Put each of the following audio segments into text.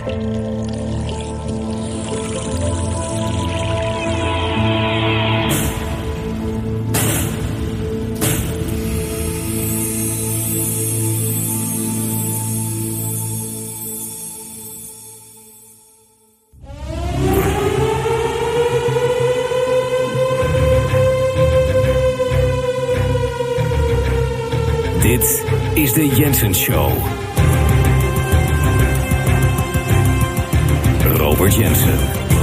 Dit is de Jensen Show. Robert Jensen.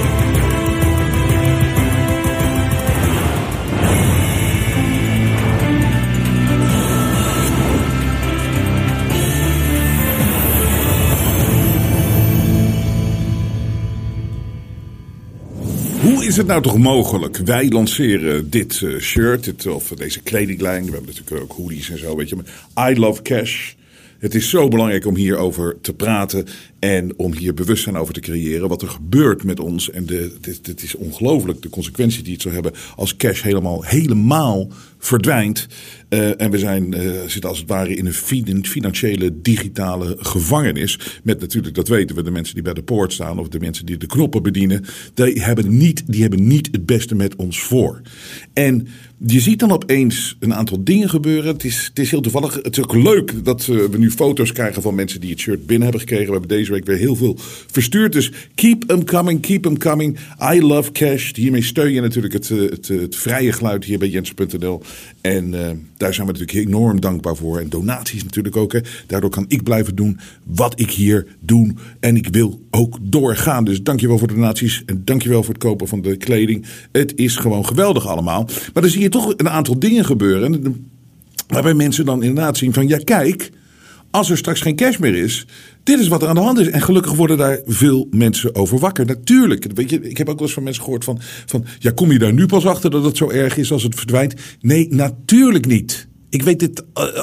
Hoe is het nou toch mogelijk? Wij lanceren dit shirt, of deze kledinglijn. We hebben natuurlijk ook hoodies en zo, weet je. Maar I love cash. Het is zo belangrijk om hierover te praten en om hier bewustzijn over te creëren. Wat er gebeurt met ons. En het is ongelooflijk de consequentie die het zou hebben als cash helemaal verdwijnt. En we zitten als het ware in een financiële digitale gevangenis. Met natuurlijk, dat weten we, de mensen die bij de poort staan of de mensen die de knoppen bedienen. Die hebben niet het beste met ons voor. En je ziet dan opeens een aantal dingen gebeuren. Het is heel toevallig. Het is ook leuk dat we nu foto's krijgen van mensen die het shirt binnen hebben gekregen. We hebben deze week weer heel veel verstuurd. Dus keep them coming. I love cash. Hiermee steun je natuurlijk het vrije geluid hier bij Jensen.nl. En daar zijn we natuurlijk enorm dankbaar voor. En donaties natuurlijk ook. Hè. Daardoor kan ik blijven doen wat ik hier doe. En ik wil ook doorgaan. Dus dankjewel voor de donaties. En dankjewel voor het kopen van de kleding. Het is gewoon geweldig allemaal. Maar dan zie je toch een aantal dingen gebeuren. Waarbij mensen dan inderdaad zien van, ja kijk, als er straks geen cash meer is, dit is wat er aan de hand is. En gelukkig worden daar veel mensen over wakker. Natuurlijk, weet je, ik heb ook wel eens van mensen gehoord van ja, kom je daar nu pas achter dat het zo erg is als het verdwijnt? Nee, natuurlijk niet. Ik weet dit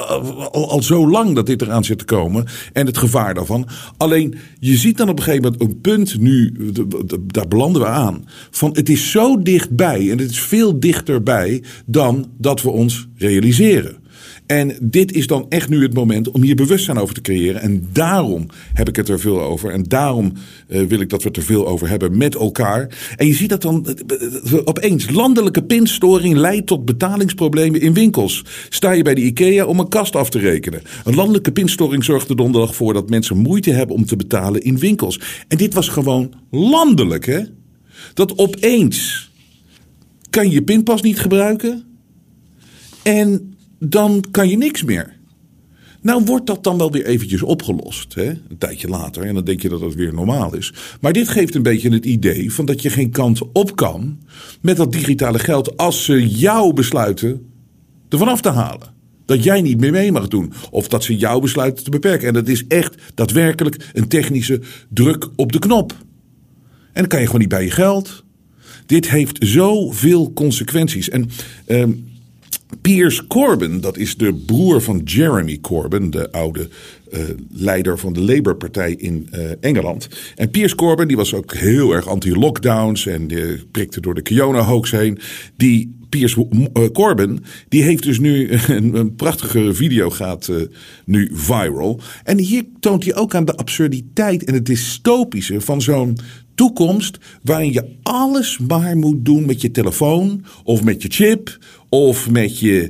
al zo lang dat dit eraan zit te komen. En het gevaar daarvan. Alleen, je ziet dan op een gegeven moment een punt nu, daar belanden we aan. Van het is zo dichtbij en het is veel dichterbij dan dat we ons realiseren. En dit is dan echt nu het moment om hier bewustzijn over te creëren. En daarom heb ik het er veel over. En daarom wil ik dat we het er veel over hebben met elkaar. En je ziet dat dan opeens. Landelijke pinstoring leidt tot betalingsproblemen in winkels. Sta je bij de IKEA om een kast af te rekenen. Een landelijke pinstoring zorgt er donderdag voor dat mensen moeite hebben om te betalen in winkels. En dit was gewoon landelijk, hè? Dat opeens kan je pinpas niet gebruiken. En dan kan je niks meer. Nou wordt dat dan wel weer eventjes opgelost. Hè? Een tijdje later. En dan denk je dat het weer normaal is. Maar dit geeft een beetje het idee van dat je geen kant op kan met dat digitale geld als ze jou besluiten ervan af te halen. Dat jij niet meer mee mag doen. Of dat ze jou besluiten te beperken. En dat is echt daadwerkelijk een technische druk op de knop. En dan kan je gewoon niet bij je geld. Dit heeft zoveel consequenties. En Piers Corbyn, dat is de broer van Jeremy Corbyn, de oude leider van de Labour-partij in Engeland. En Piers Corbyn, die was ook heel erg anti-lockdowns en prikte door de Kiona-hoax heen. Die Piers Corbyn, die heeft dus nu een prachtige video gaat nu viral. En hier toont hij ook aan de absurditeit en het dystopische van zo'n toekomst waarin je alles maar moet doen met je telefoon of met je chip of met je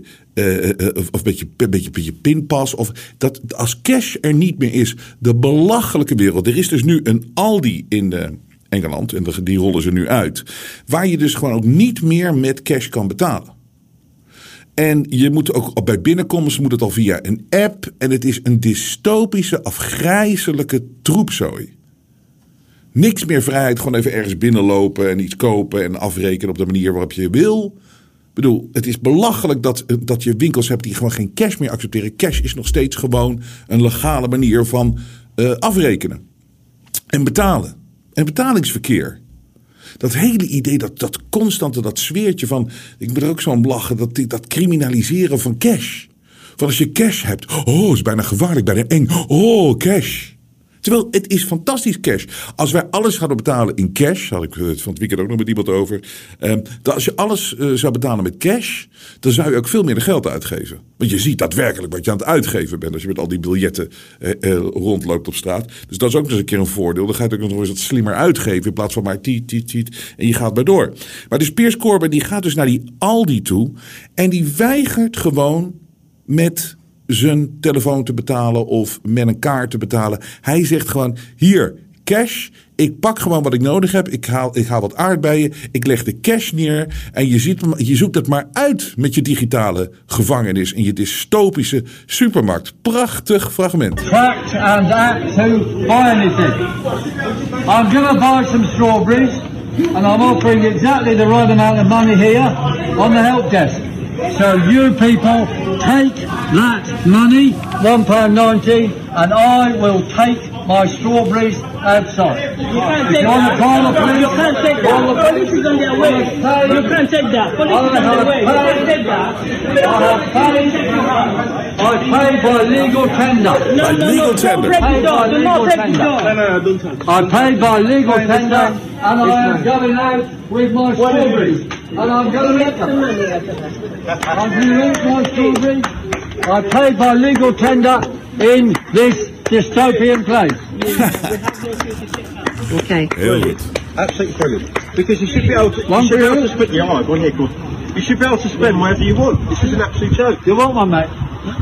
pinpas. Of dat als cash er niet meer is, de belachelijke wereld. Er is dus nu een Aldi in Engeland en die rollen ze nu uit. Waar je dus gewoon ook niet meer met cash kan betalen. En je moet ook bij binnenkomst moet het al via een app. En het is een dystopische, afgrijzelijke troepzooi. Niks meer vrijheid, gewoon even ergens binnenlopen en iets kopen en afrekenen op de manier waarop je wil. Ik bedoel, het is belachelijk dat je winkels hebt die gewoon geen cash meer accepteren. Cash is nog steeds gewoon een legale manier van afrekenen en betalen. En betalingsverkeer. Dat hele idee, dat constante, dat sfeertje van, ik ben er ook zo aan lachen, dat criminaliseren van cash. Van als je cash hebt, oh, is bijna gevaarlijk, bijna eng. Oh, cash. Terwijl het is fantastisch cash. Als wij alles hadden betalen in cash, had ik het van het weekend ook nog met iemand over. Dat als je alles zou betalen met cash, dan zou je ook veel minder geld uitgeven. Want je ziet daadwerkelijk wat je aan het uitgeven bent als je met al die biljetten rondloopt op straat. Dus dat is ook nog eens een keer een voordeel. Dan ga je het ook nog eens wat slimmer uitgeven in plaats van maar tiet. En je gaat maar door. Maar dus Piers Corbyn die gaat dus naar die Aldi toe en die weigert gewoon met zijn telefoon te betalen of met een kaart te betalen. Hij zegt gewoon, hier, cash. Ik pak gewoon wat ik nodig heb. Ik haal wat aardbeien. Ik leg de cash neer. En je zoekt het maar uit met je digitale gevangenis in je dystopische supermarkt. Prachtig fragment. Tracked and act to buy anything. I'm going to buy some strawberries. And I'm offering exactly the right amount of money here on the help desk. So you people take that money, £1.90, and I will take my strawberries outside. You can't take that. You can't take that. Police is on their way. You can't take that. Police is on their way. You can't take that. I paid by legal tender. Legal tender. I paid by legal tender, and I am going out with my strawberries. And I'm going to eat them. I'm going to eat my strawberries. I paid by legal tender in this dystopian place. Okay. Heel goed. Absolutely brilliant. Because you should be able to, spend. Yeah, go on here, good. You should be able to spend wherever you want. This is an absolute joke. You want one, mate?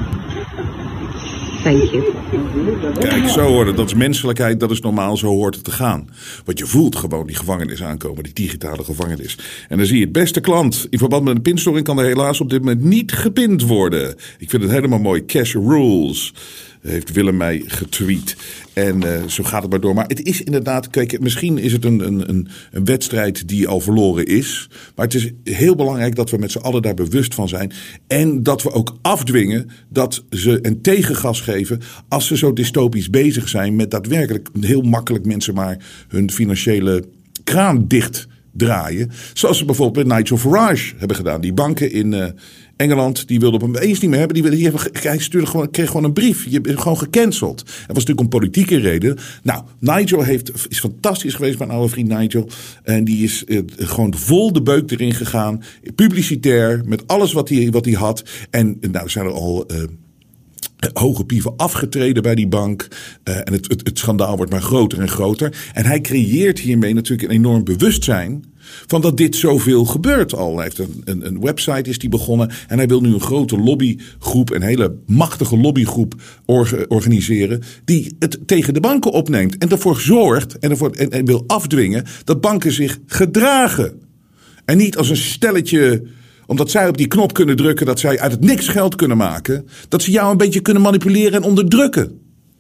Thank you. Kijk, zo hoort het. Dat is menselijkheid, dat is normaal, zo hoort het te gaan. Want je voelt gewoon die gevangenis aankomen, die digitale gevangenis. En dan zie je het beste klant. In verband met een pinstoring kan er helaas op dit moment niet gepind worden. Ik vind het helemaal mooi. Cash rules. Heeft Willem mij getweet. En zo gaat het maar door. Maar het is inderdaad, kijk, misschien is het een wedstrijd die al verloren is. Maar het is heel belangrijk dat we met z'n allen daar bewust van zijn. En dat we ook afdwingen dat ze een tegengas geven als ze zo dystopisch bezig zijn met daadwerkelijk heel makkelijk mensen maar hun financiële kraan dicht draaien. Zoals ze bijvoorbeeld met Nigel Farage hebben gedaan. Die banken in Engeland, die wilden op hem eens niet meer hebben. Hij kreeg gewoon een brief. Je bent gewoon gecanceld. Dat was natuurlijk om politieke reden. Nou, Nigel is fantastisch geweest, mijn oude vriend Nigel. En die is gewoon vol de beuk erin gegaan. Publicitair, met alles wat hij had. En nou zijn er al hoge pieven afgetreden bij die bank. En het schandaal wordt maar groter en groter. En hij creëert hiermee natuurlijk een enorm bewustzijn van dat dit zoveel gebeurt al. Hij heeft een website is die begonnen. En hij wil nu een grote lobbygroep, een hele machtige lobbygroep organiseren die het tegen de banken opneemt. En ervoor zorgt en wil afdwingen dat banken zich gedragen. En niet als een stelletje, omdat zij op die knop kunnen drukken, dat zij uit het niks geld kunnen maken, dat ze jou een beetje kunnen manipuleren en onderdrukken.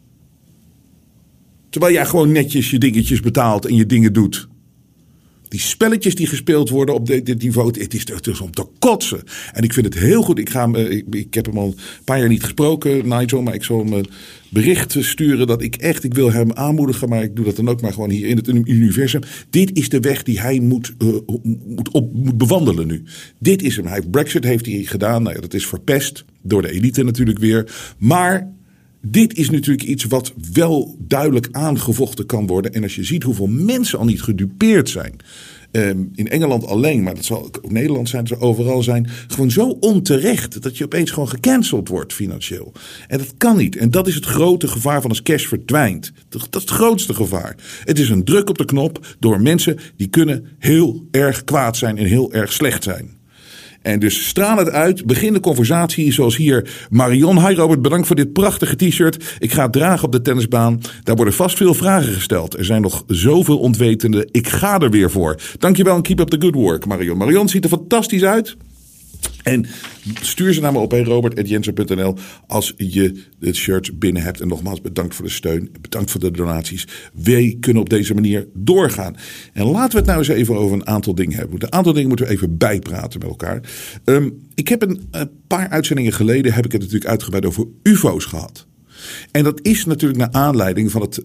Terwijl jij gewoon netjes je dingetjes betaalt en je dingen doet. Die spelletjes die gespeeld worden op dit niveau, het is om te kotsen. En ik vind het heel goed. Ik heb hem al een paar jaar niet gesproken, Nigel, maar ik zal hem een bericht sturen dat ik wil hem aanmoedigen, maar ik doe dat dan ook maar gewoon hier in het universum. Dit is de weg die hij moet bewandelen nu. Dit is hem. Brexit heeft hij gedaan. Nou ja, dat is verpest door de elite natuurlijk weer. Maar dit is natuurlijk iets wat wel duidelijk aangevochten kan worden. En als je ziet hoeveel mensen al niet gedupeerd zijn. In Engeland alleen, maar dat zal ook in Nederland zijn, dat zal overal zijn. Gewoon zo onterecht dat je opeens gewoon gecanceld wordt financieel. En dat kan niet. En dat is het grote gevaar van als cash verdwijnt. Dat is het grootste gevaar. Het is een druk op de knop door mensen die kunnen heel erg kwaad zijn en heel erg slecht zijn. En dus straal het uit. Begin de conversatie zoals hier Marion. Hi Robert, bedankt voor dit prachtige t-shirt. Ik ga het dragen op de tennisbaan. Daar worden vast veel vragen gesteld. Er zijn nog zoveel ontwetenden. Ik ga er weer voor. Dankjewel en keep up the good work, Marion. Marion ziet er fantastisch uit. En stuur ze naar me op robert@jensen.nl als je het shirt binnen hebt. En nogmaals, bedankt voor de steun. Bedankt voor de donaties. Wij kunnen op deze manier doorgaan. En laten we het nou eens even over een aantal dingen hebben. Een aantal dingen moeten we even bijpraten met elkaar. Ik heb een paar uitzendingen geleden heb ik het natuurlijk uitgebreid over UFO's gehad. En dat is natuurlijk naar aanleiding van het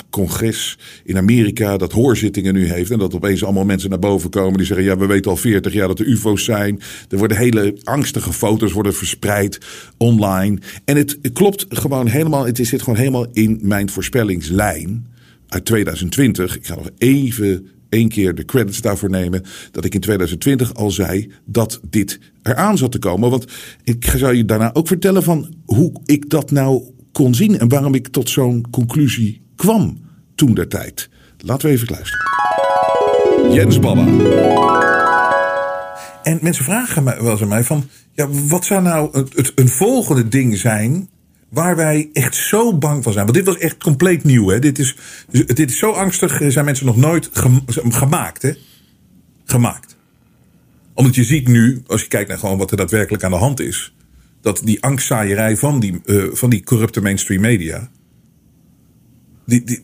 congres in Amerika dat hoorzittingen nu heeft. En dat opeens allemaal mensen naar boven komen die zeggen, ja, we weten al 40 jaar dat er UFO's zijn. Er worden hele angstige foto's worden verspreid online. En het klopt gewoon helemaal, het zit gewoon helemaal in mijn voorspellingslijn uit 2020. Ik ga nog even 1 keer de credits daarvoor nemen. Dat ik in 2020 al zei dat dit eraan zat te komen. Want ik zou je daarna ook vertellen van hoe ik dat nou kon zien. En waarom ik tot zo'n conclusie kwam toen der tijd. Laten we even luisteren. Jens Baba. En mensen vragen wel eens aan mij van, ja, wat zou nou een volgende ding zijn waar wij echt zo bang van zijn? Want dit was echt compleet nieuw. Hè? Dit is zo angstig, zijn mensen nog nooit gemaakt. Hè? Gemaakt. Omdat je ziet nu, als je kijkt naar gewoon wat er daadwerkelijk aan de hand is, dat die angstzaaierij van die corrupte mainstream media, die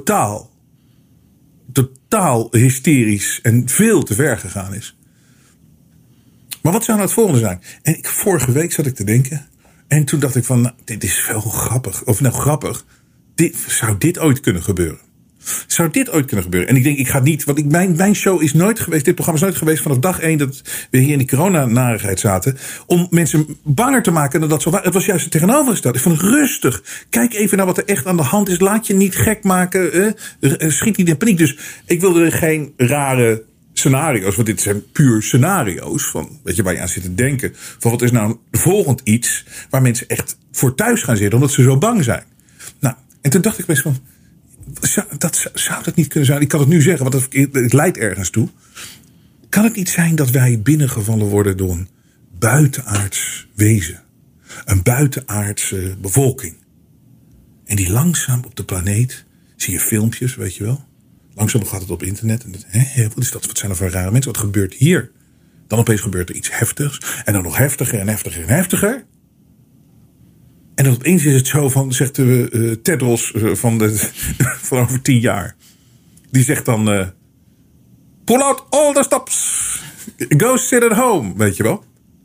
totaal hysterisch en veel te ver gegaan is. Maar wat zou nou het volgende zijn? En vorige week zat ik te denken. En toen dacht ik van, nou, dit is wel grappig. Of nou grappig. Zou dit ooit kunnen gebeuren? Zou dit ooit kunnen gebeuren? En ik denk, ik ga niet. Want mijn show is nooit geweest. Dit programma is nooit geweest vanaf dag 1 dat we hier in die coronanarigheid zaten. Om mensen banger te maken dan dat zo. Het was juist het tegenovergestelde. Ik vond het rustig. Kijk even naar wat er echt aan de hand is. Laat je niet gek maken. Schiet niet in paniek. Dus ik wilde geen rare scenario's, want dit zijn puur scenario's van, weet je, waar je aan zit te denken. Van wat is nou volgend iets waar mensen echt voor thuis gaan zitten omdat ze zo bang zijn. Nou, en toen dacht ik best van, zou dat niet kunnen zijn? Ik kan het nu zeggen, want het leidt ergens toe. Kan het niet zijn dat wij binnengevallen worden door een buitenaards wezen? Een buitenaardse bevolking. En die langzaam op de planeet, zie je filmpjes, weet je wel. Langzaam gaat het op internet. En wat is dat? Wat zijn er voor rare mensen? Wat gebeurt hier? Dan opeens gebeurt er iets heftigs. En dan nog heftiger en heftiger en heftiger. En dan opeens is het zo van, zegt Tedros van over 10 jaar. Die zegt dan, pull out all the stops. Go sit at home. Weet je wel.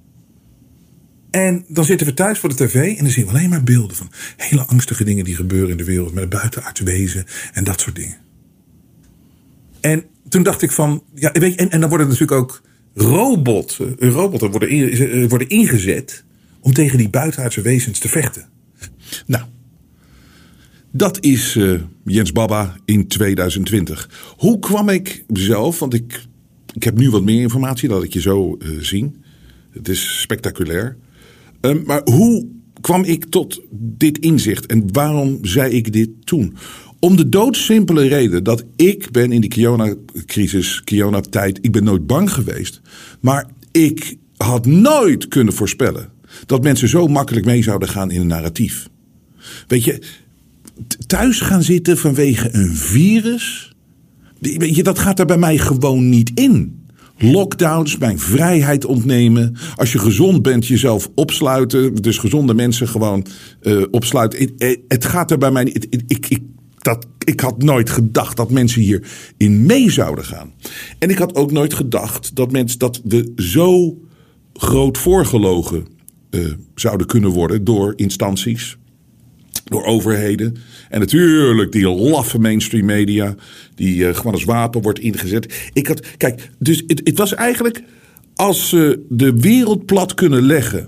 En dan zitten we thuis voor de tv. En dan zien we alleen maar beelden van hele angstige dingen die gebeuren in de wereld. Met een buitenaards wezen en dat soort dingen. En toen dacht ik van, ja, weet je, en dan worden natuurlijk ook robotten worden ingezet om tegen die buitenaardse wezens te vechten. Nou, dat is Jens Baba in 2020. Hoe kwam ik zelf, want ik heb nu wat meer informatie, dat ik je zo zien. Het is spectaculair. Maar hoe kwam ik tot dit inzicht en waarom zei ik dit toen? Om de doodsimpele reden dat ik ben in die Kiona-crisis, Kiona-tijd, ik ben nooit bang geweest. Maar ik had nooit kunnen voorspellen dat mensen zo makkelijk mee zouden gaan in een narratief. Weet je, thuis gaan zitten vanwege een virus, weet je, dat gaat er bij mij gewoon niet in. Lockdowns, mijn vrijheid ontnemen. Als je gezond bent, jezelf opsluiten. Dus gezonde mensen gewoon opsluiten. Het gaat er bij mij niet. Ik had nooit gedacht dat mensen hierin mee zouden gaan. En ik had ook nooit gedacht dat we zo groot voorgelogen zouden kunnen worden door instanties, door overheden. En natuurlijk die laffe mainstream media die gewoon als wapen wordt ingezet. Dus het was eigenlijk als ze de wereld plat kunnen leggen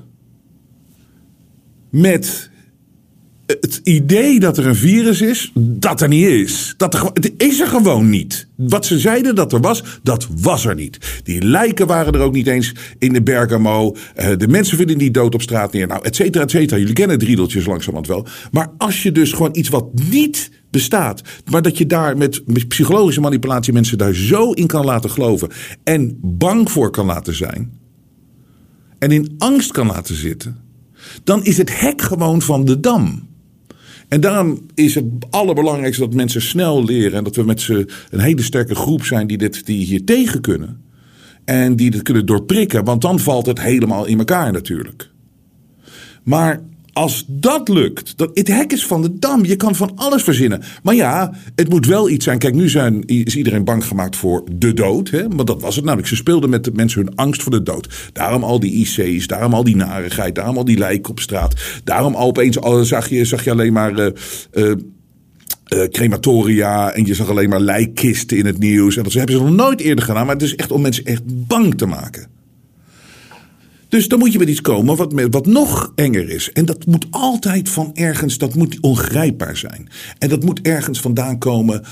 met het idee dat er een virus is, dat er niet is. Het is er gewoon niet. Wat ze zeiden dat er was, dat was er niet. Die lijken waren er ook niet eens in de Bergamo. De mensen vielen die dood op straat neer. Nou, et cetera, et cetera. Jullie kennen het riedeltjes langzamerhand wel. Maar als je dus gewoon iets wat niet bestaat, maar dat je daar met psychologische manipulatie mensen daar zo in kan laten geloven en bang voor kan laten zijn en in angst kan laten zitten, dan is het hek gewoon van de dam. En daarom is het allerbelangrijkste dat mensen snel leren en dat we met z'n een hele sterke groep zijn die hier tegen kunnen. En die dit kunnen doorprikken, want dan valt het helemaal in elkaar natuurlijk. Maar als dat lukt, het hek is van de dam, je kan van alles verzinnen. Maar ja, het moet wel iets zijn. Kijk, nu is iedereen bang gemaakt voor de dood. Hè? Want dat was het namelijk. Ze speelden met de mensen hun angst voor de dood. Daarom al die IC's, daarom al die narigheid, daarom al die lijken op straat. Daarom al opeens zag je alleen maar crematoria en je zag alleen maar lijkkisten in het nieuws. En dat hebben ze nog nooit eerder gedaan, maar het is echt om mensen echt bang te maken. Dus dan moet je met iets komen wat nog enger is. En dat moet altijd van ergens, dat moet ongrijpbaar zijn. En dat moet ergens vandaan komen,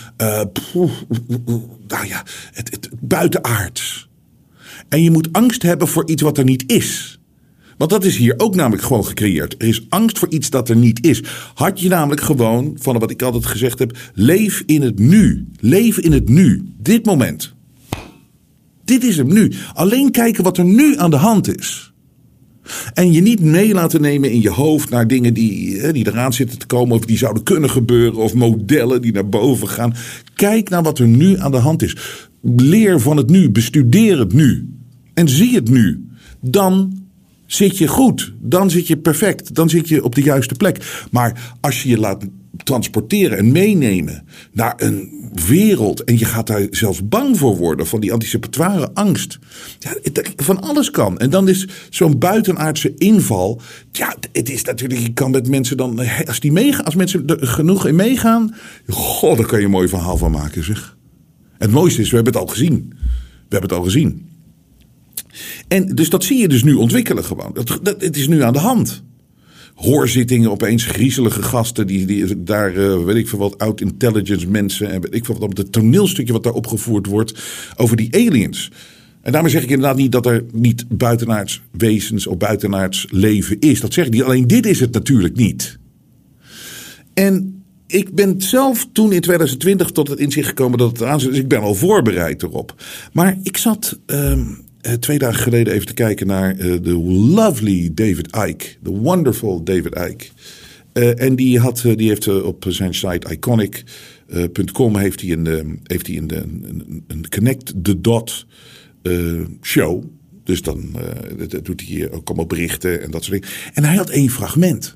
het buitenaards. En je moet angst hebben voor iets wat er niet is. Want dat is hier ook namelijk gewoon gecreëerd. Er is angst voor iets dat er niet is. Had je namelijk gewoon, van wat ik altijd gezegd heb, leef in het nu. Leef in het nu. Dit moment. Dit is hem nu. Alleen kijken wat er nu aan de hand is. En je niet mee laten nemen in je hoofd naar dingen die eraan zitten te komen. Of die zouden kunnen gebeuren. Of modellen die naar boven gaan. Kijk naar wat er nu aan de hand is. Leer van het nu. Bestudeer het nu. En zie het nu. Dan zit je goed. Dan zit je perfect. Dan zit je op de juiste plek. Maar als je je laat transporteren en meenemen naar een wereld en je gaat daar zelfs bang voor worden van die anticipatoire angst. Ja, van alles kan. En dan is zo'n buitenaardse inval. Ja, het is natuurlijk, je kan met mensen dan, als mensen er genoeg in meegaan, god, daar kan je een mooi verhaal van maken, zeg. Het mooiste is, we hebben het al gezien. En dus dat zie je dus nu ontwikkelen gewoon. Het is nu aan de hand. Hoorzittingen opeens, griezelige gasten die daar, weet ik veel wat, out-intelligence mensen en weet ik veel wat, op het toneelstukje wat daar opgevoerd wordt over die aliens. En daarmee zeg ik inderdaad niet dat er niet buitenaards wezens of buitenaards leven is. Dat zeg ik niet. Alleen dit is het natuurlijk niet. En ik ben zelf toen in 2020 tot het inzicht gekomen dat het eraan zit. Dus ik ben al voorbereid erop. Maar ik zat 2 dagen geleden even te kijken naar de lovely David Icke. De wonderful David Icke. En die heeft op zijn site iconic.com heeft hij een Connect the Dot show. Dus dan doet hij ook allemaal berichten en dat soort dingen. En hij had 1 fragment.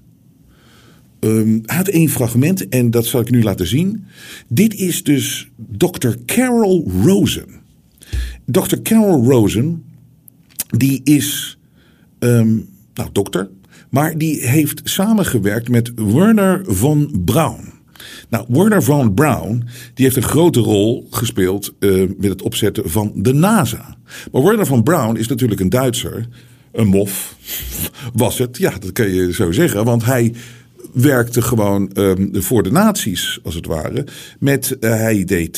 En dat zal ik nu laten zien. Dit is dus Dr. Carol Rosen. Dr. Carol Rosen, die is dokter, maar die heeft samengewerkt met Wernher von Braun. Nou, Wernher von Braun, die heeft een grote rol gespeeld met het opzetten van de NASA. Maar Wernher von Braun is natuurlijk een Duitser, een mof, was het. Ja, dat kan je zo zeggen, want hij werkte gewoon voor de nazi's, als het ware. Hij deed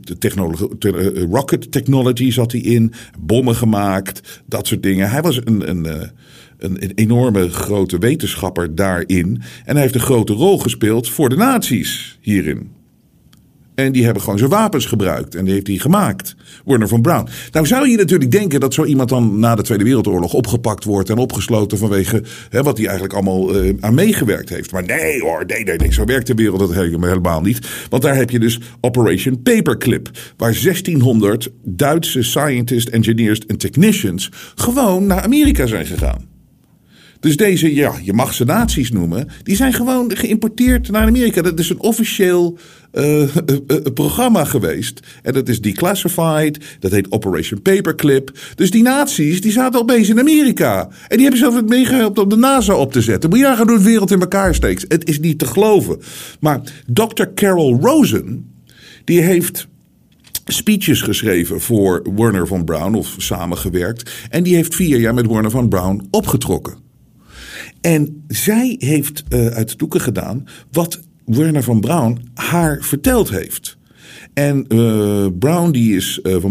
de rocket technology zat hij in. Bommen gemaakt, dat soort dingen. Hij was een enorme grote wetenschapper daarin. En hij heeft een grote rol gespeeld voor de nazi's hierin. En die hebben gewoon zijn wapens gebruikt. En die heeft hij gemaakt. Wernher von Braun. Nou zou je natuurlijk denken dat zo iemand dan na de Tweede Wereldoorlog opgepakt wordt en opgesloten vanwege wat hij eigenlijk allemaal aan meegewerkt heeft. Maar nee hoor, nee. Zo werkt de wereld dat helemaal niet. Want daar heb je dus Operation Paperclip. Waar 1600 Duitse scientists, engineers en technicians gewoon naar Amerika zijn gegaan. Dus deze, je mag ze nazi's noemen, die zijn gewoon geïmporteerd naar Amerika. Dat is een officieel programma geweest. En dat is declassified. Dat heet Operation Paperclip. Dus die nazi's, die zaten opeens in Amerika. En die hebben zelfs meegeholpen om de NASA op te zetten. Moet je daar gaan doen, de wereld in elkaar steekt. Het is niet te geloven. Maar Dr. Carol Rosen, die heeft speeches geschreven voor Wernher von Braun, of samengewerkt. En die heeft 4 jaar met Wernher von Braun opgetrokken. En zij heeft uit de doeken gedaan wat Wernher von Braun haar verteld heeft. En von Braun die is in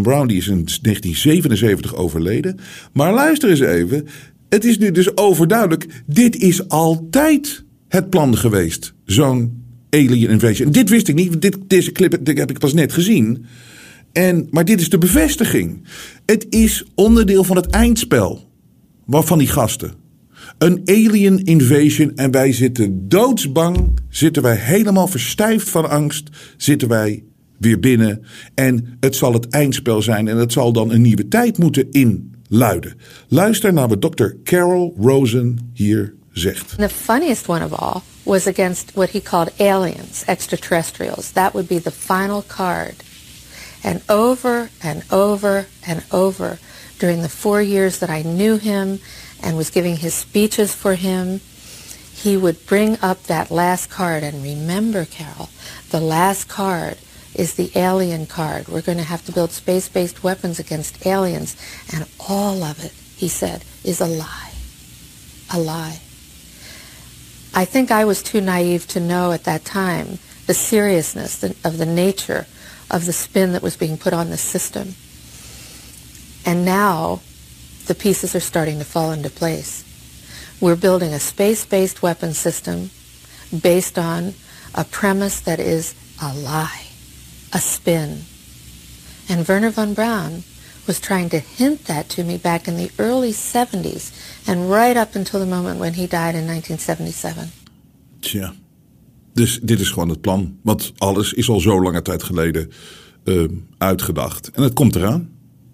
1977 overleden. Maar luister eens even. Het is nu dus overduidelijk. Dit is altijd het plan geweest. Zo'n alien invasion. En dit wist ik niet. Deze clip heb ik pas net gezien. Maar dit is de bevestiging. Het is onderdeel van het eindspel. Van die gasten. Een alien invasion en wij zitten doodsbang, zitten wij helemaal verstijfd van angst, zitten wij weer binnen. En het zal het eindspel zijn en het zal dan een nieuwe tijd moeten inluiden. Luister naar wat Dr. Carol Rosen hier zegt. The funniest one of all was against what he called aliens, extraterrestrials. That would be the final card. And over and over and over during the 4 years that I knew him and was giving his speeches for him, he would bring up that last card. And remember, Carol, the last card is the alien card. We're going to have to build space-based weapons against aliens. And all of it, he said, is a lie. A lie. I think I was too naive to know at that time the seriousness of the nature of the spin that was being put on the system. And now the pieces are starting to fall into place. We're building a space-based weapon system based on a premise that is a lie, a spin. And Wernher von Braun was trying to hint that to me back in the early 70s and right up until the moment when he died in 1977. Tja, dus dit is gewoon het plan. Want alles is al zo lange tijd geleden uitgedacht. En het komt eraan.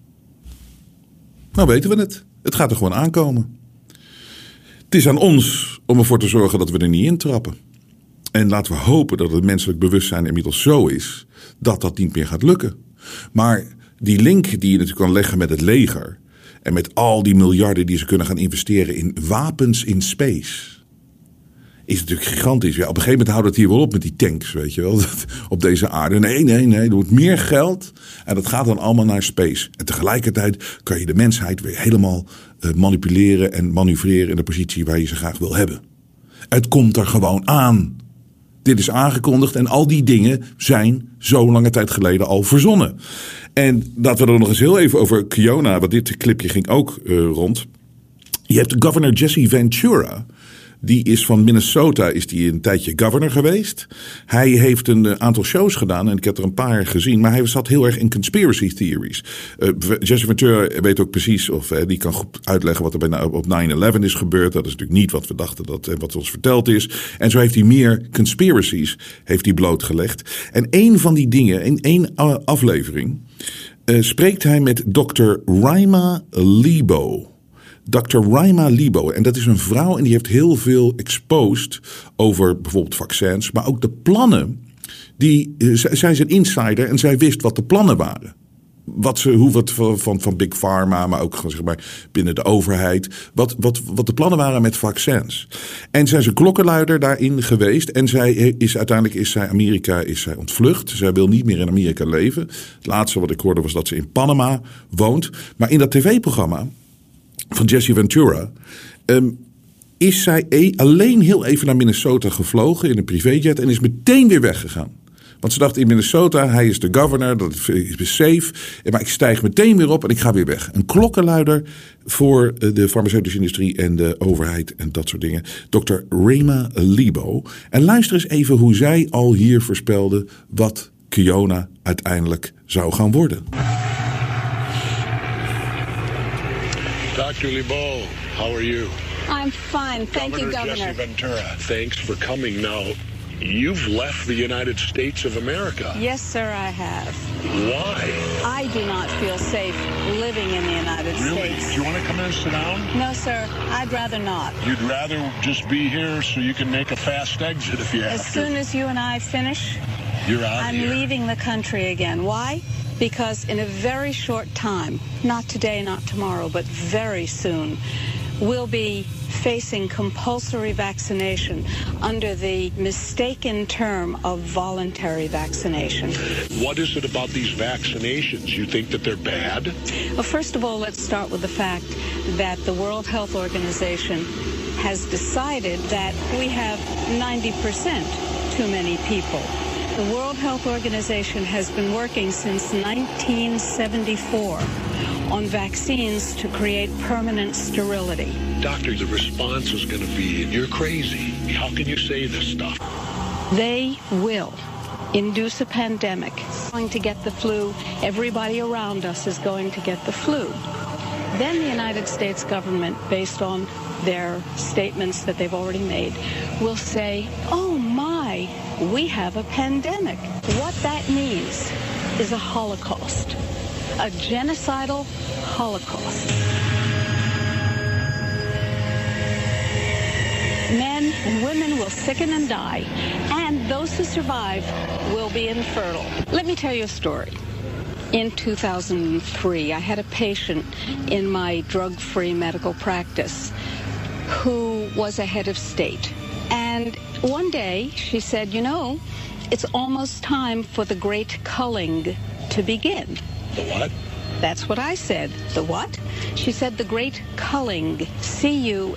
Nou weten we het. Het gaat er gewoon aankomen. Het is aan ons om ervoor te zorgen dat we er niet intrappen. En laten we hopen dat het menselijk bewustzijn inmiddels zo is dat dat niet meer gaat lukken. Maar die link die je natuurlijk kan leggen met het leger en met al die miljarden die ze kunnen gaan investeren in wapens in space, is natuurlijk gigantisch. Ja, op een gegeven moment houdt het hier wel op met die tanks, weet je wel, op deze aarde. Nee, er wordt meer geld en dat gaat dan allemaal naar space. En tegelijkertijd kan je de mensheid weer helemaal manipuleren en manoeuvreren in de positie waar je ze graag wil hebben. Het komt er gewoon aan. Dit is aangekondigd en al die dingen zijn zo lange tijd geleden al verzonnen. En laten we er nog eens heel even over Kiona, want dit clipje ging ook rond. Je hebt governor Jesse Ventura. Die is van Minnesota, is die een tijdje governor geweest. Hij heeft een aantal shows gedaan en ik heb er een paar gezien. Maar hij zat heel erg in conspiracy theories. Jesse Ventura weet ook precies, of die kan goed uitleggen wat er op 9/11 is gebeurd. Dat is natuurlijk niet wat we dachten wat ons verteld is. En zo heeft hij meer conspiracies blootgelegd. En een van die dingen, in één aflevering, spreekt hij met Dr. Raima Lebo. Dr. Raima Lebo. En dat is een vrouw en die heeft heel veel exposed over bijvoorbeeld vaccins. Maar ook de plannen. Zij is een insider en zij wist wat de plannen waren. Van Big Pharma, maar ook zeg maar, binnen de overheid. Wat de plannen waren met vaccins. En zij is een klokkenluider daarin geweest. En uiteindelijk is zij Amerika ontvlucht. Zij wil niet meer in Amerika leven. Het laatste wat ik hoorde was dat ze in Panama woont. Maar in dat tv-programma van Jesse Ventura is zij alleen heel even naar Minnesota gevlogen in een privéjet en is meteen weer weggegaan. Want ze dacht in Minnesota, hij is de governor, dat is safe. Maar ik stijg meteen weer op en ik ga weer weg. Een klokkenluider voor de farmaceutische industrie en de overheid en dat soort dingen. Dr. Raima Lebo. En luister eens even hoe zij al hier voorspelde wat Kiona uiteindelijk zou gaan worden. Dr. Lebo, how are you? I'm fine. Thank you, Governor. Jesse Ventura, thanks for coming. Now, you've left the United States of America. Yes, sir, I have. Why? I do not feel safe living in the United Really? States. Do you want to come in and sit down? No, sir, I'd rather not. You'd rather just be here so you can make a fast exit if you have As soon as you and I finish, You're out I'm here. leaving the country again. Why? Because in a very short time, not today, not tomorrow, but very soon, we'll be facing compulsory vaccination under the mistaken term of voluntary vaccination. What is it about these vaccinations? You think that they're bad? Well, first of all, let's start with the fact that the World Health Organization has decided that we have 90% too many people. The World Health Organization has been working since 1974 on vaccines to create permanent sterility. Doctor, the response is going to be, you're crazy. How can you say this stuff? They will induce a pandemic. Going to get the flu. Everybody around us is going to get the flu. Then the United States government, based on their statements that they've already made, will say, oh my, we have a pandemic. What that means is a Holocaust, a genocidal Holocaust. Men and women will sicken and die, and those who survive will be infertile. Let me tell you a story. In 2003, I had a patient in my drug-free medical practice who was a head of state. And one day she said, you know, it's almost time for the great culling to begin. The what? That's what I said. The what? She said the great culling, C-U-L-L-I-N-G,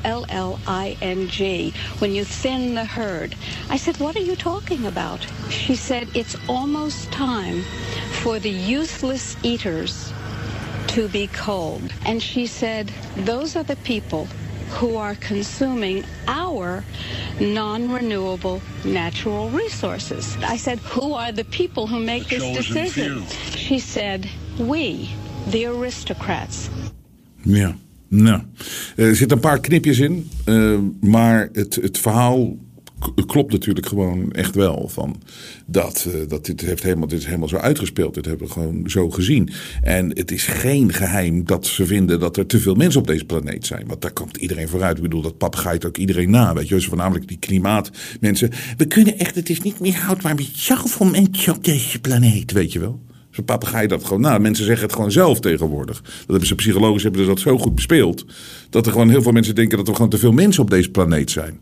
when you thin the herd. I said, what are you talking about? She said, it's almost time for the useless eaters to be culled. And she said, those are the people who are consuming our non-renewable natural resources. I said, who are the people who make this decision? She said, we, the aristocrats. Ja, nou, er zitten een paar knipjes in, maar het verhaal klopt natuurlijk gewoon echt wel. Van dat dit is helemaal zo uitgespeeld. Dit hebben we gewoon zo gezien. En het is geen geheim dat ze vinden dat er te veel mensen op deze planeet zijn. Want daar komt iedereen vooruit. Ik bedoel, dat papegaait ook iedereen na. Weet je, dus voornamelijk die klimaatmensen. We kunnen echt, het is niet meer houdbaar met zoveel mensen op deze planeet, weet je wel. Zo'n papegaai dat gewoon, nou, mensen zeggen het gewoon zelf tegenwoordig. Dat hebben ze psychologisch hebben ze dat zo goed bespeeld. Dat er gewoon heel veel mensen denken dat er gewoon te veel mensen op deze planeet zijn.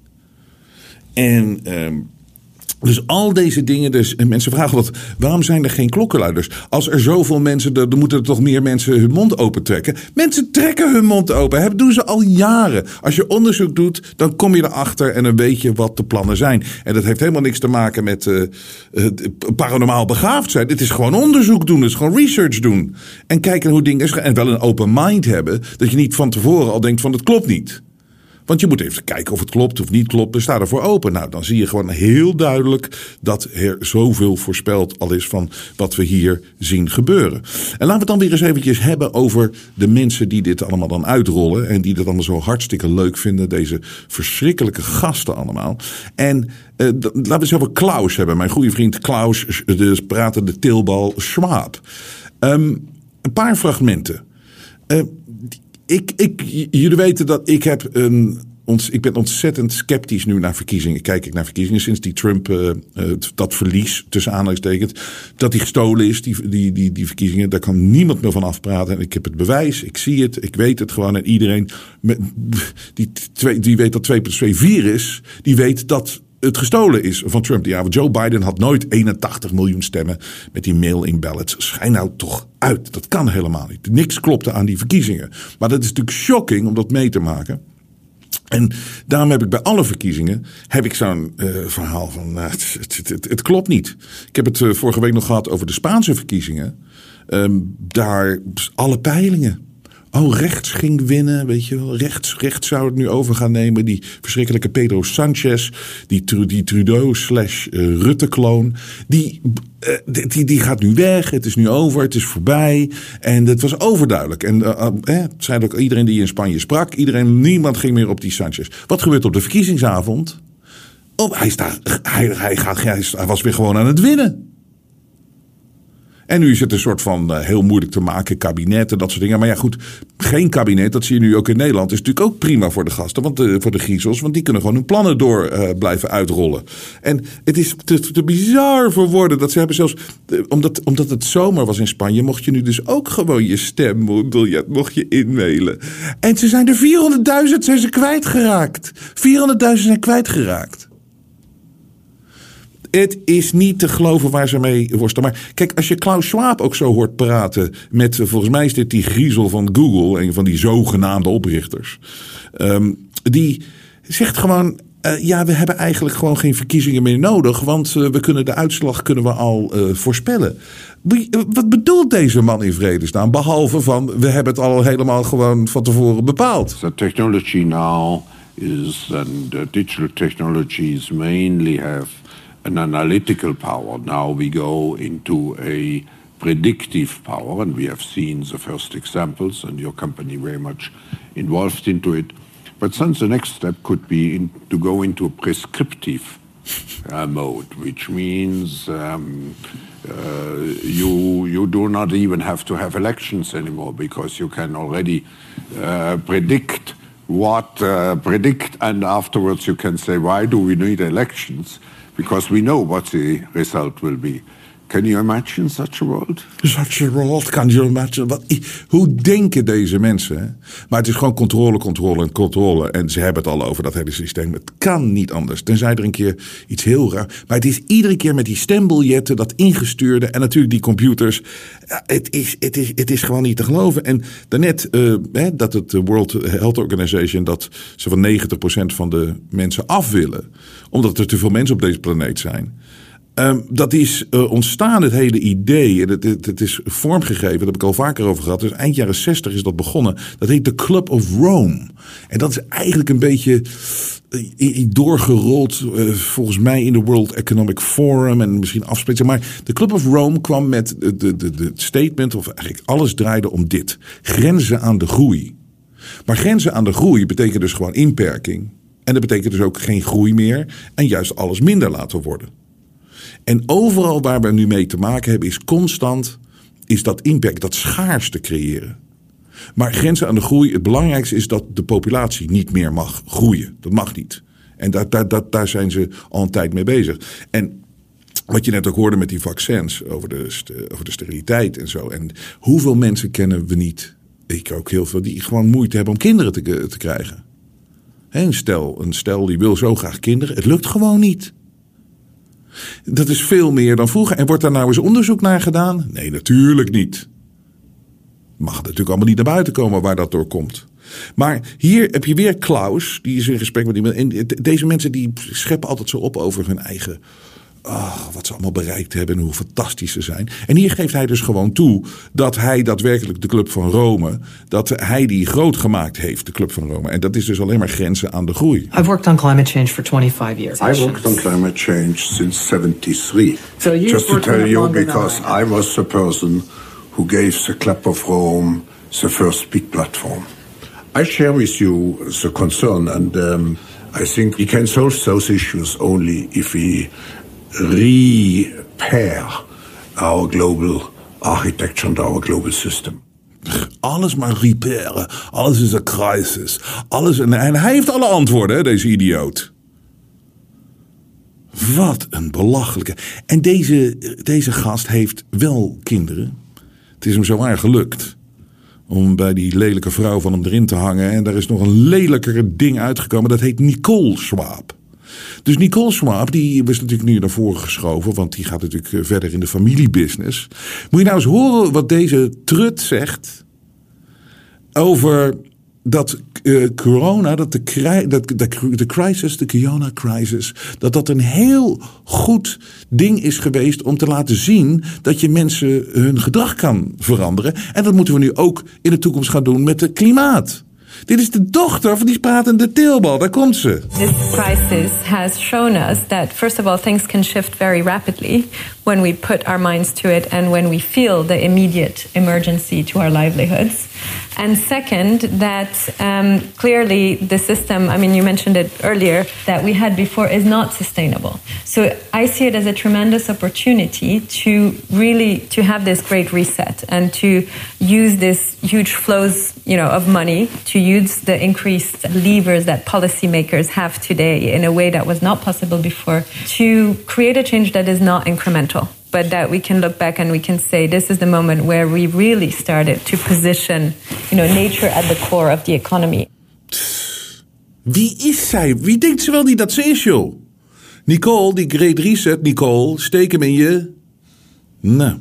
En dus al deze dingen, dus en mensen vragen wat, waarom zijn er geen klokkenluiders? Als er zoveel mensen, dan moeten er toch meer mensen hun mond open trekken. Mensen trekken hun mond open, dat doen ze al jaren. Als je onderzoek doet, dan kom je erachter en dan weet je wat de plannen zijn. En dat heeft helemaal niks te maken met paranormaal begaafd zijn. Het is gewoon onderzoek doen, het is gewoon research doen. En kijken hoe dingen is. En wel een open mind hebben, dat je niet van tevoren al denkt van het klopt niet. Want je moet even kijken of het klopt of niet klopt. Dus sta ervoor open. Nou, dan zie je gewoon heel duidelijk dat er zoveel voorspeld al is van wat we hier zien gebeuren. En laten we het dan weer eens eventjes hebben over de mensen die dit allemaal dan uitrollen. En die dat allemaal zo hartstikke leuk vinden. Deze verschrikkelijke gasten allemaal. En laten we eens over Klaus hebben. Mijn goede vriend Klaus, de pratende Tilbal Schwab. Een paar fragmenten. Jullie weten dat ik ben ontzettend sceptisch nu naar verkiezingen. Kijk ik naar verkiezingen sinds die Trump dat verlies tussen aanhalingstekens, dat die gestolen is, die verkiezingen. Daar kan niemand meer van afpraten. En ik heb het bewijs, ik zie het, ik weet het gewoon. En iedereen die weet dat 2 + 2 4 is, die weet dat het gestolen is van Trump. Ja, Joe Biden had nooit 81 miljoen stemmen met die mail-in ballots. Schijn nou toch uit. Dat kan helemaal niet. Niks klopte aan die verkiezingen. Maar dat is natuurlijk shocking om dat mee te maken. En daarom heb ik bij alle verkiezingen zo'n verhaal van het klopt niet. Ik heb het vorige week nog gehad over de Spaanse verkiezingen. Daar alle peilingen. Oh, rechts ging winnen, weet je wel. Rechts zou het nu over gaan nemen. Die verschrikkelijke Pedro Sanchez, die Trudeau/Rutte-kloon, die gaat nu weg. Het is nu over, het is voorbij. En het was overduidelijk. En het zei ook iedereen die in Spanje sprak. Niemand ging meer op die Sanchez. Wat gebeurt op de verkiezingsavond? Oh, hij was weer gewoon aan het winnen. En nu is het een soort van heel moeilijk te maken, kabinetten, dat soort dingen. Maar ja goed, geen kabinet, dat zie je nu ook in Nederland, is natuurlijk ook prima voor de gasten, voor de griezels, want die kunnen gewoon hun plannen door blijven uitrollen. En het is te bizar voor woorden dat ze hebben zelfs, omdat het zomer was in Spanje, mocht je nu dus ook gewoon je stembiljet mocht je inmailen. En ze zijn er 400.000 zijn ze kwijtgeraakt. 400.000 zijn kwijtgeraakt. Het is niet te geloven waar ze mee worstelen. Maar kijk, als je Klaus Schwab ook zo hoort praten met, volgens mij is dit die griezel van Google, een van die zogenaamde oprichters. Die zegt gewoon, we hebben eigenlijk gewoon geen verkiezingen meer nodig, want we kunnen de uitslag al voorspellen. Wat bedoelt deze man in vredesnaam? Behalve van, we hebben het al helemaal gewoon van tevoren bepaald. The technology now is, and digital technologies mainly have an analytical power. Now we go into a predictive power, and we have seen the first examples, and your company very much involved into it. But then the next step could be to go into a prescriptive mode, which means you do not even have to have elections anymore, because you can already predict, and afterwards you can say, why do we need elections? Because we know what the result will be. Can you imagine such a world? Such a world, can you imagine? Hoe denken deze mensen? Hè? Maar het is gewoon controle. En ze hebben het al over dat hele systeem. Het kan niet anders. Tenzij er een keer iets heel raar. Maar het is iedere keer met die stembiljetten, dat ingestuurde. En natuurlijk die computers. Het is gewoon niet te geloven. En daarnet dat het World Health Organization, dat ze van 90% van de mensen af willen. Omdat er te veel mensen op deze planeet zijn. Dat is ontstaan, het hele idee. Het is vormgegeven, daar heb ik al vaker over gehad. Dus eind jaren 60 is dat begonnen. Dat heet de Club of Rome. En dat is eigenlijk een beetje doorgerold, volgens mij in de World Economic Forum en misschien afsplitsen. Maar de Club of Rome kwam met de statement, of eigenlijk alles draaide om dit. Grenzen aan de groei. Maar grenzen aan de groei betekent dus gewoon inperking. En dat betekent dus ook geen groei meer en juist alles minder laten worden. En overal waar we nu mee te maken hebben is constant dat impact, dat schaarste creëren. Maar grenzen aan de groei, het belangrijkste is dat de populatie niet meer mag groeien. Dat mag niet. En daar zijn ze al een tijd mee bezig. En wat je net ook hoorde met die vaccins over de steriliteit en zo. En hoeveel mensen kennen we niet, ik ook heel veel, die gewoon moeite hebben om kinderen te krijgen. Een stel die wil zo graag kinderen, het lukt gewoon niet. Dat is veel meer dan vroeger. En wordt daar nou eens onderzoek naar gedaan? Nee, natuurlijk niet. Mag natuurlijk allemaal niet naar buiten komen waar dat door komt. Maar hier heb je weer Klaus, die is in gesprek met iemand. En deze mensen die scheppen altijd zo op over hun eigen, wat ze allemaal bereikt hebben en hoe fantastisch ze zijn. En hier geeft hij dus gewoon toe dat hij daadwerkelijk de Club van Rome, dat hij die groot gemaakt heeft, de Club van Rome. En dat is dus alleen maar grenzen aan de groei. I've worked on climate change for 25 years. I worked on climate change since 73. So just to tell you, because I was the person who gave the Club of Rome the first speak platform. I share with you the concern, and I think we can solve those issues only if we repair our global architecture and our global system. Alles maar repairen. Alles is een crisis. Alles en hij heeft alle antwoorden, hè, deze idioot. Wat een belachelijke. En deze gast heeft wel kinderen. Het is hem zowaar gelukt om bij die lelijke vrouw van hem erin te hangen. En daar is nog een lelijker ding uitgekomen. Dat heet Nicole Schwab. Dus Nicole Schwab, die was natuurlijk nu naar voren geschoven, want die gaat natuurlijk verder in de familiebusiness. Moet je nou eens horen wat deze trut zegt over dat corona, dat de crisis, de corona-crisis, dat een heel goed ding is geweest om te laten zien dat je mensen hun gedrag kan veranderen. En dat moeten we nu ook in de toekomst gaan doen met het klimaat. Dit is de dochter van die pratende teelbal. Daar komt ze. This crisis has shown us that, first of all, things can shift very rapidly when we put our minds to it and when we feel the immediate emergency to our livelihoods. And second, that clearly the system, I mean, you mentioned it earlier, that we had before is not sustainable. So I see it as a tremendous opportunity to really to have this great reset and to use this huge flows, of money, to use the increased levers that policymakers have today in a way that was not possible before, to create a change that is not incremental, but that we can look back and we can say this is the moment where we really started to position, nature at the core of the economy. Wie is zij? Wie denkt ze wel niet dat ze is, joh? Nicole, die Great Reset, Nicole, steek hem in je. Nou.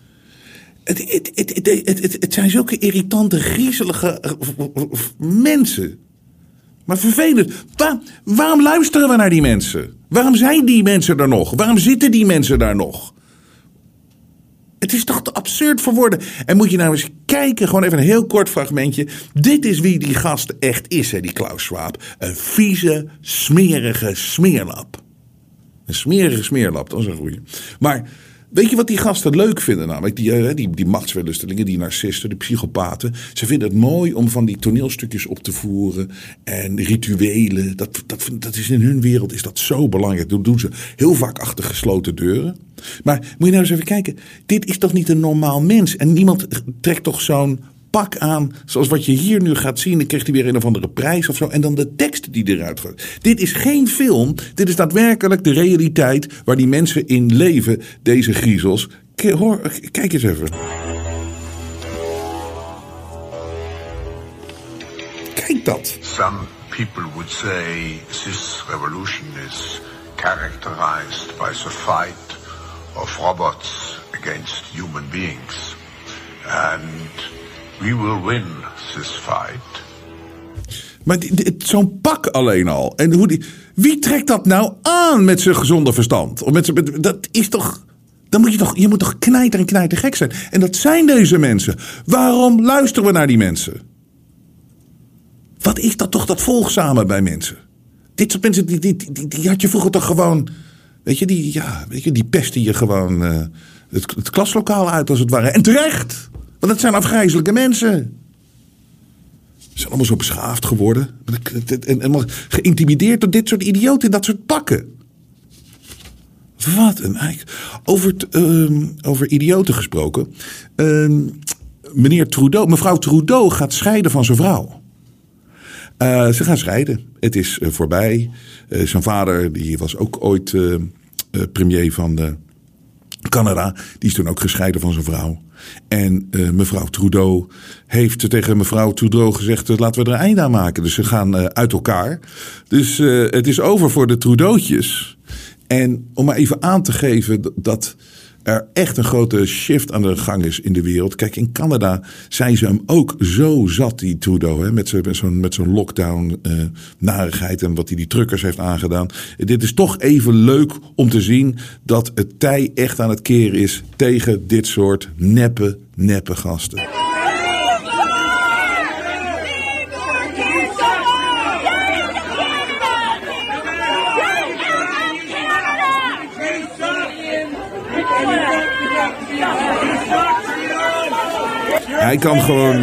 Het zijn zulke irritante, griezelige mensen. Maar vervelend. Waarom luisteren we naar die mensen? Waarom zijn die mensen er nog? Waarom zitten die mensen daar nog? Het is toch te absurd voor woorden. En moet je nou eens kijken, gewoon even een heel kort fragmentje. Dit is wie die gast echt is, hè, die Klaus Schwab. Een vieze, smerige smeerlap. Een smerige smeerlap, dat is een goeie. Maar weet je wat die gasten leuk vinden namelijk? Die machtswellustelingen, die narcisten, de psychopaten. Ze vinden het mooi om van die toneelstukjes op te voeren. En rituelen. Dat is in hun wereld is dat zo belangrijk. Dat doen ze heel vaak achter gesloten deuren. Maar moet je nou eens even kijken. Dit is toch niet een normaal mens? En niemand trekt toch zo'n pak aan, zoals wat je hier nu gaat zien. Dan krijgt hij weer een of andere prijs of zo. En dan de tekst die eruit gaat. Dit is geen film. Dit is daadwerkelijk de realiteit waar die mensen in leven. Deze griezels. Kijk eens even. Kijk dat. Some people would say this revolution is characterized by the fight of robots against human beings. And we will win this fight. Maar zo'n pak alleen al. En wie trekt dat nou aan met zijn gezonde verstand? Of dat is toch... Je moet toch knijter gek zijn. En dat zijn deze mensen. Waarom luisteren we naar die mensen? Wat is dat toch dat volgzame bij mensen? Dit soort mensen, die had je vroeger toch gewoon... Weet je, die pesten je gewoon het klaslokaal uit als het ware. En terecht! Want het zijn afgrijzelijke mensen. Ze zijn allemaal zo beschaafd geworden. En geïntimideerd door dit soort idioten in dat soort pakken. Wat een eik. Over idioten gesproken. Mevrouw Trudeau gaat scheiden van zijn vrouw. Ze gaan scheiden. Het is voorbij. Zijn vader, die was ook ooit premier van Canada. Die is toen ook gescheiden van zijn vrouw. En mevrouw Trudeau heeft tegen mevrouw Trudeau gezegd... laten we er een einde aan maken. Dus ze gaan uit elkaar. Dus het is over voor de Trudeautjes. En om maar even aan te geven dat er echt een grote shift aan de gang is in de wereld. Kijk, in Canada zijn ze hem ook zo zat, die Trudeau. Hè, met zo'n lockdown narigheid en wat hij die truckers heeft aangedaan. Dit is toch even leuk om te zien dat het tij echt aan het keren is tegen dit soort neppe gasten. Hij kan gewoon...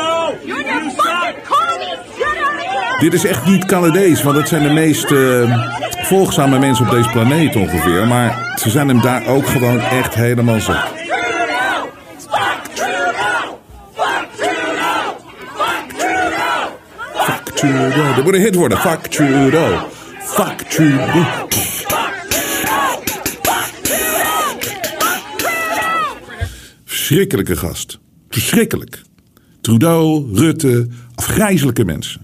Dit is echt niet Canadees, want het zijn de meest volgzame mensen op deze planeet ongeveer. Maar ze zijn hem daar ook gewoon echt helemaal zat. Fuck Trudeau. Dat moet een hit worden. Fuck Trudeau. Fuck Trudeau. Verschrikkelijke gast. Verschrikkelijk. Trudeau, Rutte, afgrijzelijke mensen.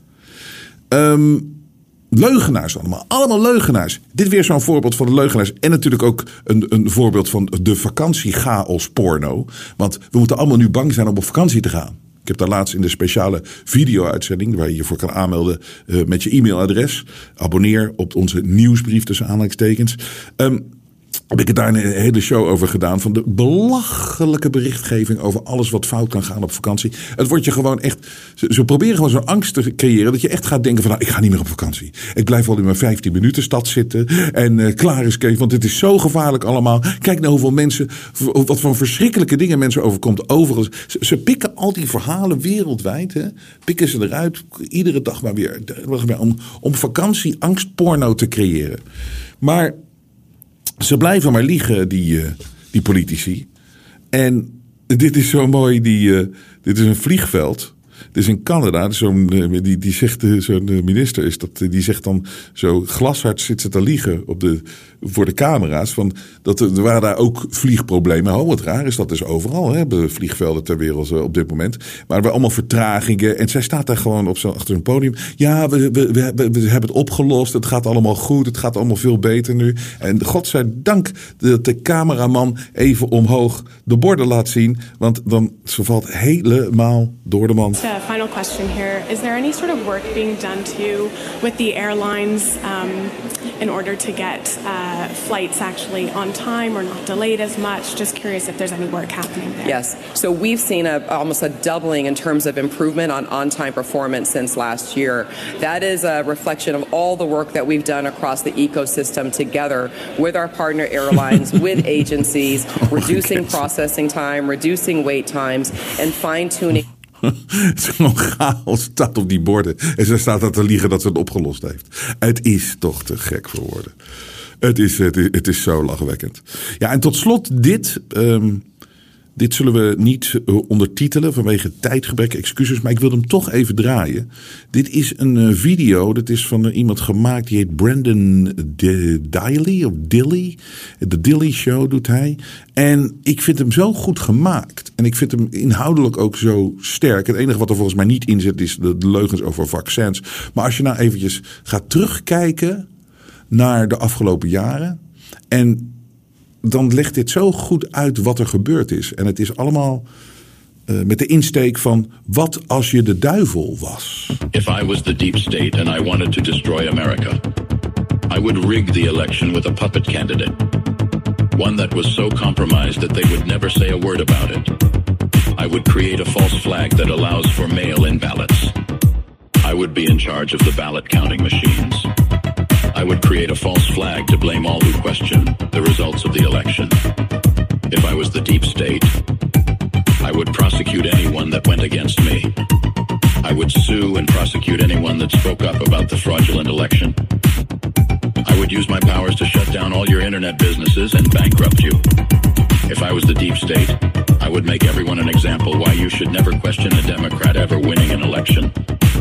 Leugenaars allemaal. Allemaal leugenaars. Dit weer zo'n voorbeeld van de leugenaars. En natuurlijk ook een voorbeeld van de vakantiechaos porno. Want we moeten allemaal nu bang zijn om op vakantie te gaan. Ik heb daar laatst in de speciale video-uitzending... waar je je voor kan aanmelden met je e-mailadres. Abonneer op onze nieuwsbrief tussen aanhalingstekens. Heb ik er daar een hele show over gedaan. Van de belachelijke berichtgeving over alles wat fout kan gaan op vakantie. Het wordt je gewoon echt... Ze proberen gewoon zo'n angst te creëren. Dat je echt gaat denken van ik ga niet meer op vakantie. Ik blijf wel in mijn 15 minuten stad zitten. En klaar is Kees. Want het is zo gevaarlijk allemaal. Kijk nou hoeveel mensen... Wat voor verschrikkelijke dingen mensen overkomt. Overal. Ze pikken al die verhalen wereldwijd. Hè, pikken ze eruit. Iedere dag maar weer. Om vakantie angstporno te creëren. Maar... Ze blijven maar liegen, die politici. En dit is zo mooi, dit is een vliegveld. Dit is in Canada, zo'n minister is dat, die zegt dan zo glashard zit ze te liegen voor de camera's. Van dat er waren daar ook vliegproblemen. Oh, wat raar is dat dus overal, hè, de vliegvelden ter wereld op dit moment. Maar er waren allemaal vertragingen. En zij staat daar gewoon achter zo'n podium. Ja, we hebben het opgelost. Het gaat allemaal goed. Het gaat allemaal veel beter nu. En godzijdank dat de cameraman even omhoog de borden laat zien. Want dan ze valt helemaal door de mand. Final question here. Is there any sort of work being done too with the airlines in order to get flights actually on time or not delayed as much? Just curious if there's any work happening there. Yes. So we've seen almost a doubling in terms of improvement on-time performance since last year. That is a reflection of all the work that we've done across the ecosystem together with our partner airlines, with agencies, reducing processing time, reducing wait times, and fine-tuning. Zo'n chaos staat op die borden. En ze staat daar te liegen dat ze het opgelost heeft. Het is toch te gek voor woorden. Het is zo lachwekkend. Ja, en tot slot dit. Dit zullen we niet ondertitelen vanwege tijdgebrek, excuses, maar ik wil hem toch even draaien. Dit is een video, dat is van iemand gemaakt, die heet Brandon Daly of Dilly. De Dilly Show doet hij. En ik vind hem zo goed gemaakt. En ik vind hem inhoudelijk ook zo sterk. Het enige wat er volgens mij niet in zit is de leugens over vaccins. Maar als je nou eventjes gaat terugkijken naar de afgelopen jaren en dan legt dit zo goed uit wat er gebeurd is. En het is allemaal met de insteek van wat als je de duivel was. If I was the deep state and I wanted to destroy America, I would rig the election with a puppet candidate. One that was so compromised that they would never say a word about it. I would create a false flag that allows for mail-in ballots. I would be in charge of the ballot counting machines. I would create a false flag to blame all who question the results of the election. If I was the deep state, I would prosecute anyone that went against me. I would sue and prosecute anyone that spoke up about the fraudulent election. I would use my powers to shut down all your internet businesses and bankrupt you. If I was the deep state, I would make everyone an example why you should never question a Democrat ever winning an election.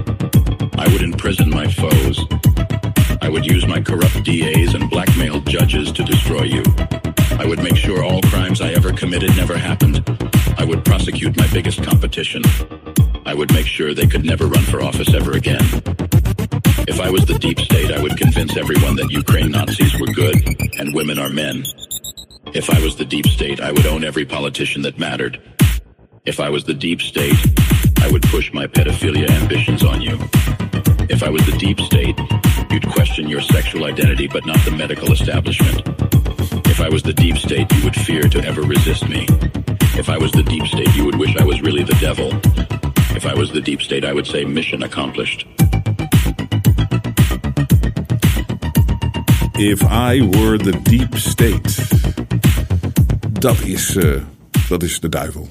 I would imprison my foes. I would use my corrupt DAs and blackmail judges to destroy you. I would make sure all crimes I ever committed never happened. I would prosecute my biggest competition. I would make sure they could never run for office ever again. If I was the deep state, I would convince everyone that Ukraine Nazis were good and women are men. If I was the deep state, I would own every politician that mattered. If I was the deep state, I would push my pedophilia ambitions on you. If I was the deep state, you'd question your sexual identity but not the medical establishment. If I was the deep state, you would fear to ever resist me. If I was the deep state, you would wish I was really the devil. If I was the deep state, I would say mission accomplished. If I were the deep state. Dat is de duivel.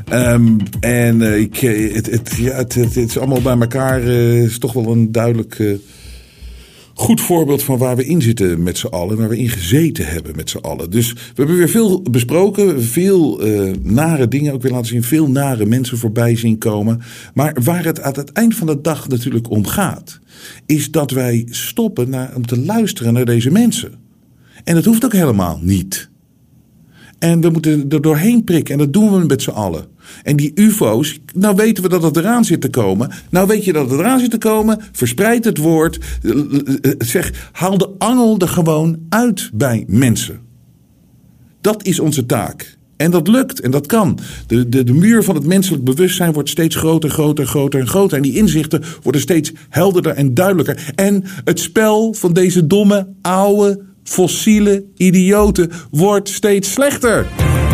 Het is allemaal bij elkaar. Is toch wel een duidelijk goed voorbeeld van waar we in zitten met z'n allen. Waar we in gezeten hebben met z'n allen. Dus we hebben weer veel besproken. Veel nare dingen ook weer laten zien. Veel nare mensen voorbij zien komen. Maar waar het aan het eind van de dag natuurlijk om gaat, is dat wij stoppen om te luisteren naar deze mensen. En dat hoeft ook helemaal niet. En we moeten er doorheen prikken. En dat doen we met z'n allen. En die ufo's, nou weten we dat het eraan zit te komen. Nou weet je dat het eraan zit te komen. Verspreid het woord. Haal de angel er gewoon uit bij mensen. Dat is onze taak. En dat lukt en dat kan. De muur van het menselijk bewustzijn wordt steeds groter, groter, groter en groter. En die inzichten worden steeds helderder en duidelijker. En het spel van deze domme, oude, fossiele idioten wordt steeds slechter.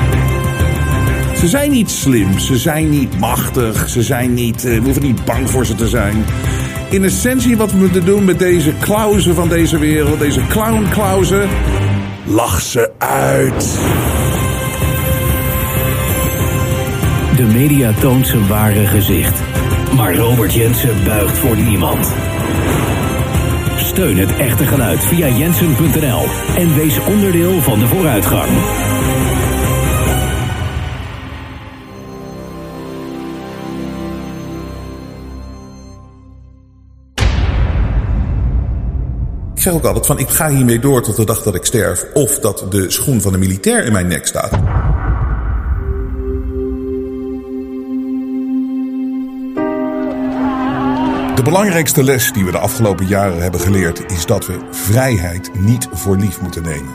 Ze zijn niet slim, ze zijn niet machtig, we hoeven niet bang voor ze te zijn. In essentie wat we moeten doen met deze klauzen van deze wereld, deze clownklauzen, lach ze uit. De media toont zijn ware gezicht. Maar Robert Jensen buigt voor niemand. Steun het echte geluid via jensen.nl en wees onderdeel van de vooruitgang. Ik zeg ook altijd van ik ga hiermee door tot de dag dat ik sterf of dat de schoen van de militair in mijn nek staat. De belangrijkste les die we de afgelopen jaren hebben geleerd is dat we vrijheid niet voor lief moeten nemen.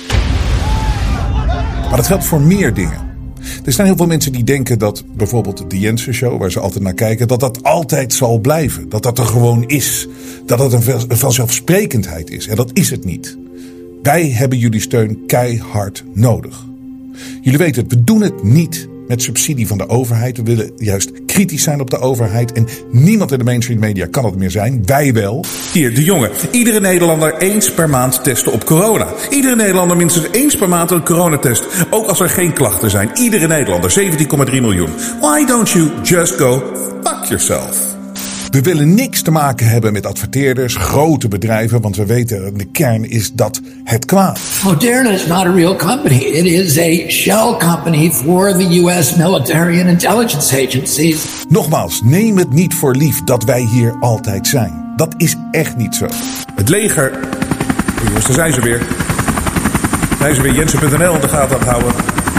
Maar dat geldt voor meer dingen. Er zijn heel veel mensen die denken dat bijvoorbeeld de Jensen Show, waar ze altijd naar kijken, dat dat altijd zal blijven. Dat dat er gewoon is. Dat het een vanzelfsprekendheid is. En dat is het niet. Wij hebben jullie steun keihard nodig. Jullie weten het, we doen het niet met subsidie van de overheid. We willen juist kritisch zijn op de overheid. En niemand in de mainstream media kan het meer zijn. Wij wel. Hier, de jongen. Iedere Nederlander eens per maand testen op corona. Iedere Nederlander minstens eens per maand een coronatest. Ook als er geen klachten zijn. Iedere Nederlander, 17,3 miljoen. Why don't you just go fuck yourself? We willen niks te maken hebben met adverteerders, grote bedrijven, want we weten, de kern is dat het kwaad. Moderna is not a real company. It is a shell company for the US military and intelligence agencies. Nogmaals, neem het niet voor lief dat wij hier altijd zijn. Dat is echt niet zo. Het leger... Jongens, daar zijn ze weer. Zijn ze weer Jensen.nl in de gaten aan het houden.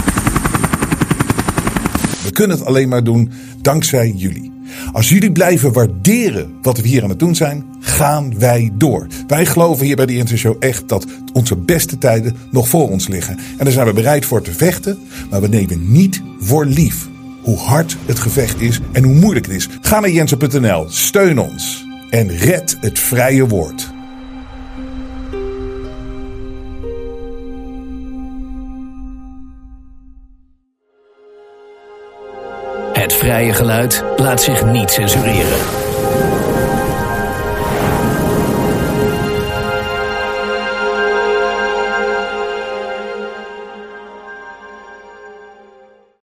We kunnen het alleen maar doen dankzij jullie. Als jullie blijven waarderen wat we hier aan het doen zijn, gaan wij door. Wij geloven hier bij de Jensen Show echt dat onze beste tijden nog voor ons liggen. En daar zijn we bereid voor te vechten, maar we nemen niet voor lief hoe hard het gevecht is en hoe moeilijk het is. Ga naar Jensen.nl, steun ons en red het vrije woord. Het vrije geluid laat zich niet censureren.